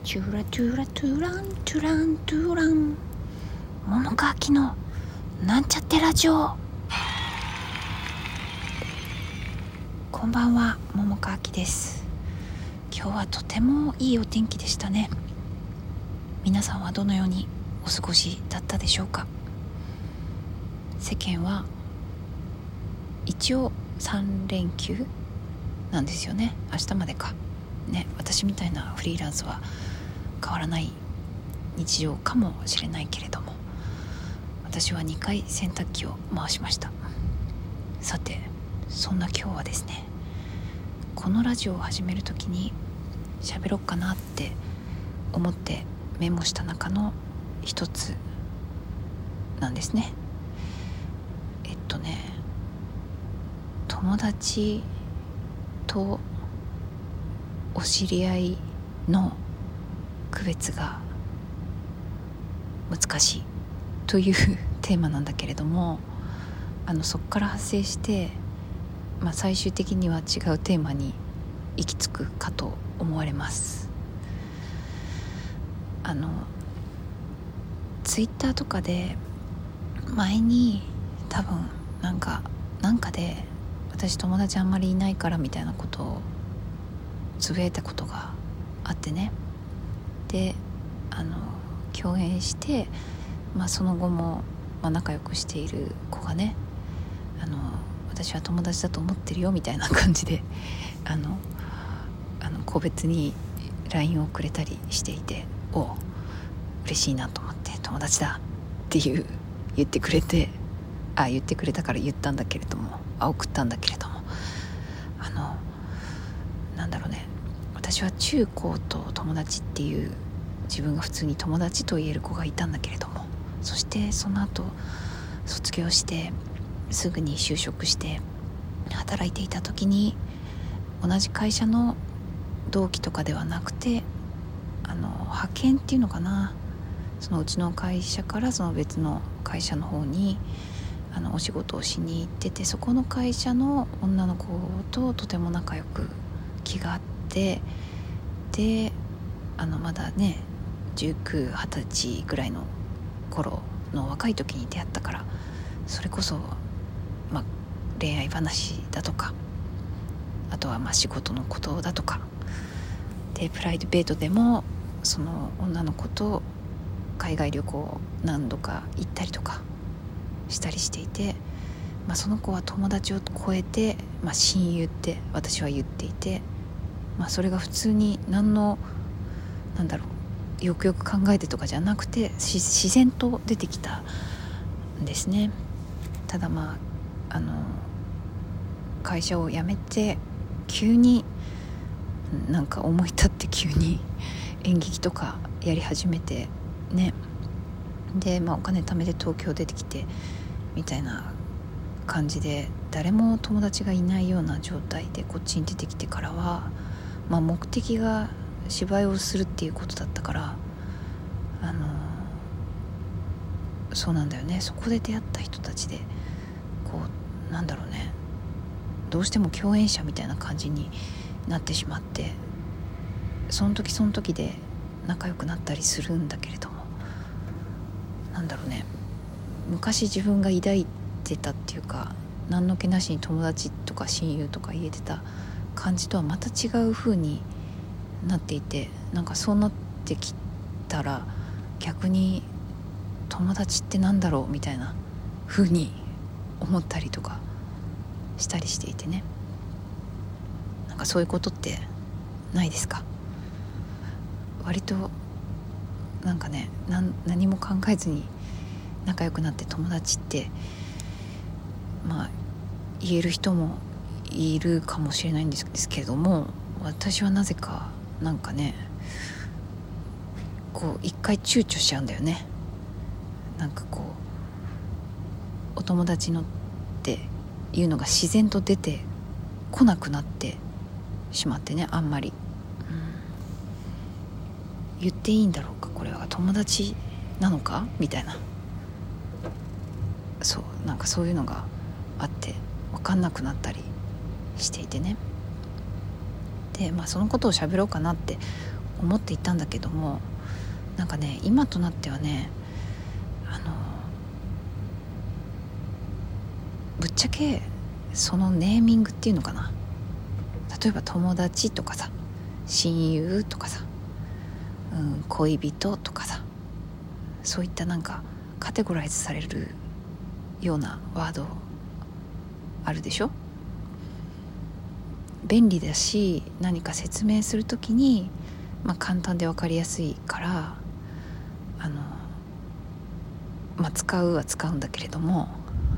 チュラチュラトゥラントゥラントゥラン、桃川きのなんちゃってラジオ。こんばんは、桃川きです。今日はとてもいいお天気でしたね。皆さんはどのようにお過ごしだったでしょうか。世間は一応3連休なんですよね。明日までかね。私みたいなフリーランスは変わらない日常かもしれないけれども、私は2回洗濯機を回しました。さて、そんな今日はですね、このラジオを始めるときに喋ろうかなって思ってメモした中の一つなんですね。友達とお知り合いの区別が難しいというテーマなんだけれども、そこから派生して、最終的には違うテーマに行き着くかと思われます。ツイッターとかで前に多分なんかで、私友達あんまりいないからみたいなことをつぶやいたことがあってね。で共演して、その後も、仲良くしている子がね、私は友達だと思ってるよみたいな感じで個別に LINE をくれたりしていて、嬉しいなと思って、友達だって言ってくれたから言ったんだけれども、送ったんだけれども、私は中高と友達っていう、自分が普通に友達と言える子がいたんだけれども、そしてその後卒業してすぐに就職して働いていた時に、同じ会社の同期とかではなくて、派遣っていうのかな、そのうちの会社からその別の会社の方にお仕事をしに行ってて、そこの会社の女の子ととても仲良く気があって、でまだね19、20歳ぐらいの頃の若い時に出会ったから、それこそ、恋愛話だとか、あとは仕事のことだとかで、プライベートでもその女の子と海外旅行何度か行ったりとかしたりしていて、その子は友達を超えて、親友って私は言っていて、それが普通に何のよくよく考えてとかじゃなくて、自然と出てきたんですね。ただ会社を辞めて急に思い立って急に演劇とかやり始めてね。で、お金貯めて東京出てきてみたいな感じで、誰も友達がいないような状態でこっちに出てきてからは、目的が芝居をするっていうことだったから、そうなんだよね。そこで出会った人たちでどうしても共演者みたいな感じになってしまって、その時その時で仲良くなったりするんだけれども、昔自分が抱いてたっていうか、何の気なしに友達とか親友とか言えてた感じとはまた違う風になっていて、そうなってきたら逆に友達ってなんだろうみたいな風に思ったりとかしたりしていてね。そういうことってないですか？割と何も考えずに仲良くなって友達って言える人もいるかもしれないんですけれども、私はなぜか一回躊躇しちゃうんだよね。お友達のっていうのが自然と出てこなくなってしまってね、あんまり、言っていいんだろうか、これは友達なのかみたいな、そういうのがあって分かんなくなったりしていてね。で、そのことを喋ろうかなって思っていたんだけども、なんかね今となってはねぶっちゃけそのネーミングっていうのかな、例えば友達とかさ、親友とかさ、恋人とかさ、そういったなんかカテゴライズされるようなワードあるでしょ。便利だし、何か説明するときに、簡単で分かりやすいから使うは使うんだけれども、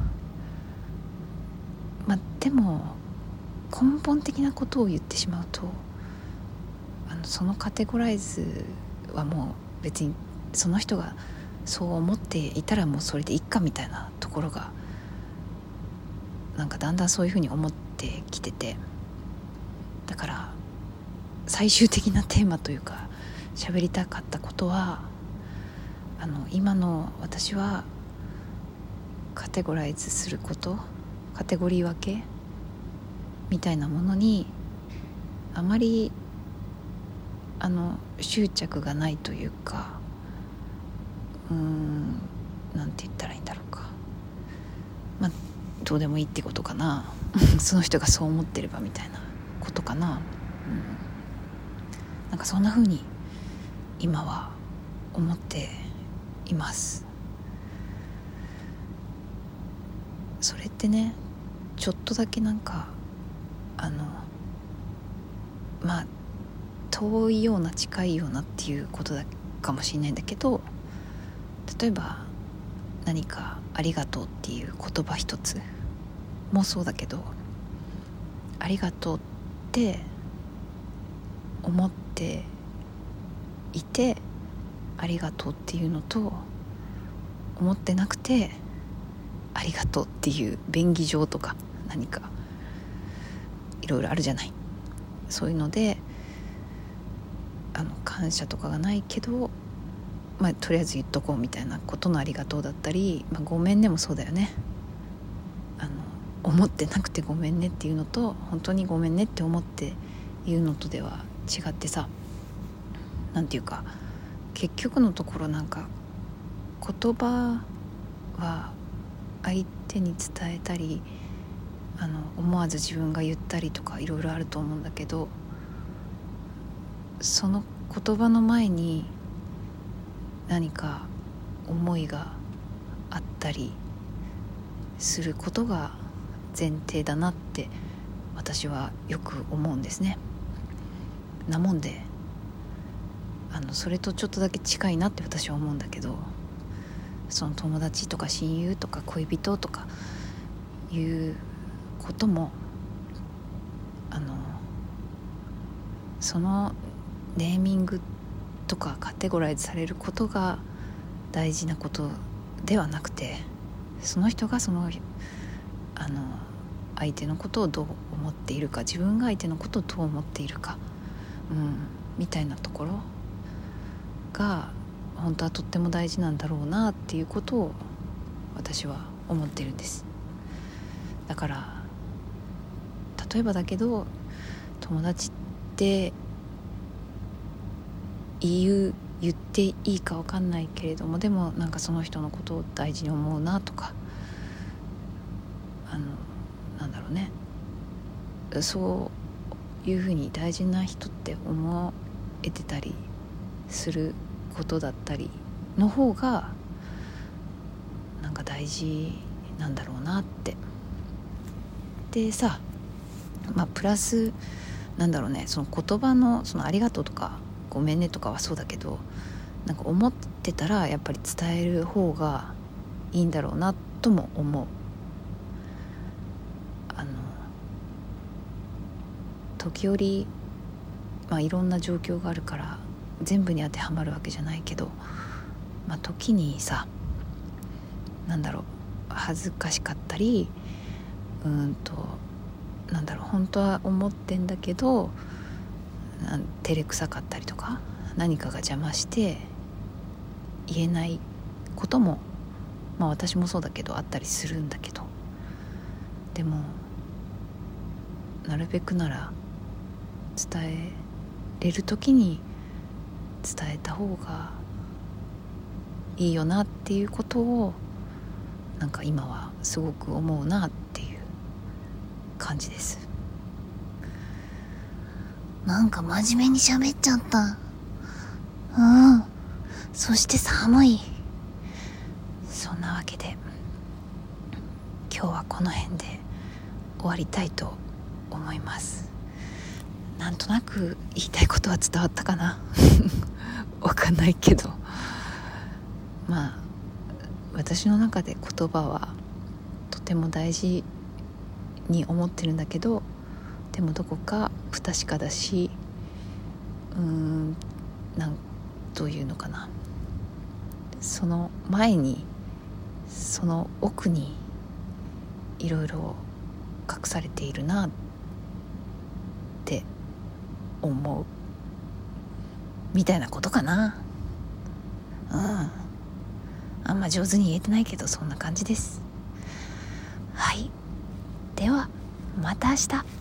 でも根本的なことを言ってしまうとそのカテゴライズはもう別にその人がそう思っていたらもうそれでいいかみたいなところがなんかだんだんそういうふうに思ってきてて、だから最終的なテーマというか喋りたかったことは今の私はカテゴライズすること、カテゴリー分けみたいなものにあまり執着がないというか、なんて言ったらいいんだろうか、どうでもいいってことかなその人がそう思ってればみたいなことかな、なんかそんな風に今は思っています。それってねちょっとだけなんか遠いような近いようなっていうことだかもしれないんだけど、例えば何かありがとうっていう言葉一つもそうだけど、ありがとうって思っていてありがとうっていうのと、思ってなくてありがとうっていう便宜上とか何かいろいろあるじゃない。そういうので感謝とかがないけど、とりあえず言っとこうみたいなことのありがとうだったり、ごめんねもそうだよね。思ってなくてごめんねっていうのと、本当にごめんねって思って言うのとでは違ってさ、なんていうか結局のところなんか言葉は相手に伝えたり思わず自分が言ったりとかいろいろあると思うんだけど、その言葉の前に何か思いがあったりすることが前提だなって私はよく思うんですね。なもんでそれとちょっとだけ近いなって私は思うんだけど、その友達とか親友とか恋人とかいうこともそのネーミングとかカテゴライズされることが大事なことではなくて、その人がその相手のことをどう思っているか、自分が相手のことをどう思っているか、みたいなところが本当はとっても大事なんだろうなっていうことを私は思ってるんです。だから例えばだけど、友達って言っていいか分かんないけれども、でもなんかその人のことを大事に思うなとか、なんだろうね、そういうふうに大事な人って思えてたりすることだったりの方がなんか大事なんだろうなって。でさ、プラスなんだろうね、その言葉のそのありがとうとかごめんねとかはそうだけど、なんか思ってたらやっぱり伝える方がいいんだろうなとも思う。時折いろんな状況があるから全部に当てはまるわけじゃないけど、時にさ、なんだろう、恥ずかしかったりなんだろう、本当は思ってんだけど照れくさかったりとか、何かが邪魔して言えないことも私もそうだけどあったりするんだけど、でもなるべくなら伝えれる時に伝えた方がいいよなっていうことをなんか今はすごく思うなっていう感じです。 なんか真面目に喋っちゃった。そして寒い。 そんなわけで今日はこの辺で終わりたいと思います。なんとなく言いたいことは伝わったかなわかんないけど、まあ私の中で言葉はとても大事に思ってるんだけど、でもどこか不確かだし、どういうのかな、その前にその奥にいろいろ隠されているなって思うみたいなことかな。あんま上手に言えてないけどそんな感じです。はい、ではまた明日。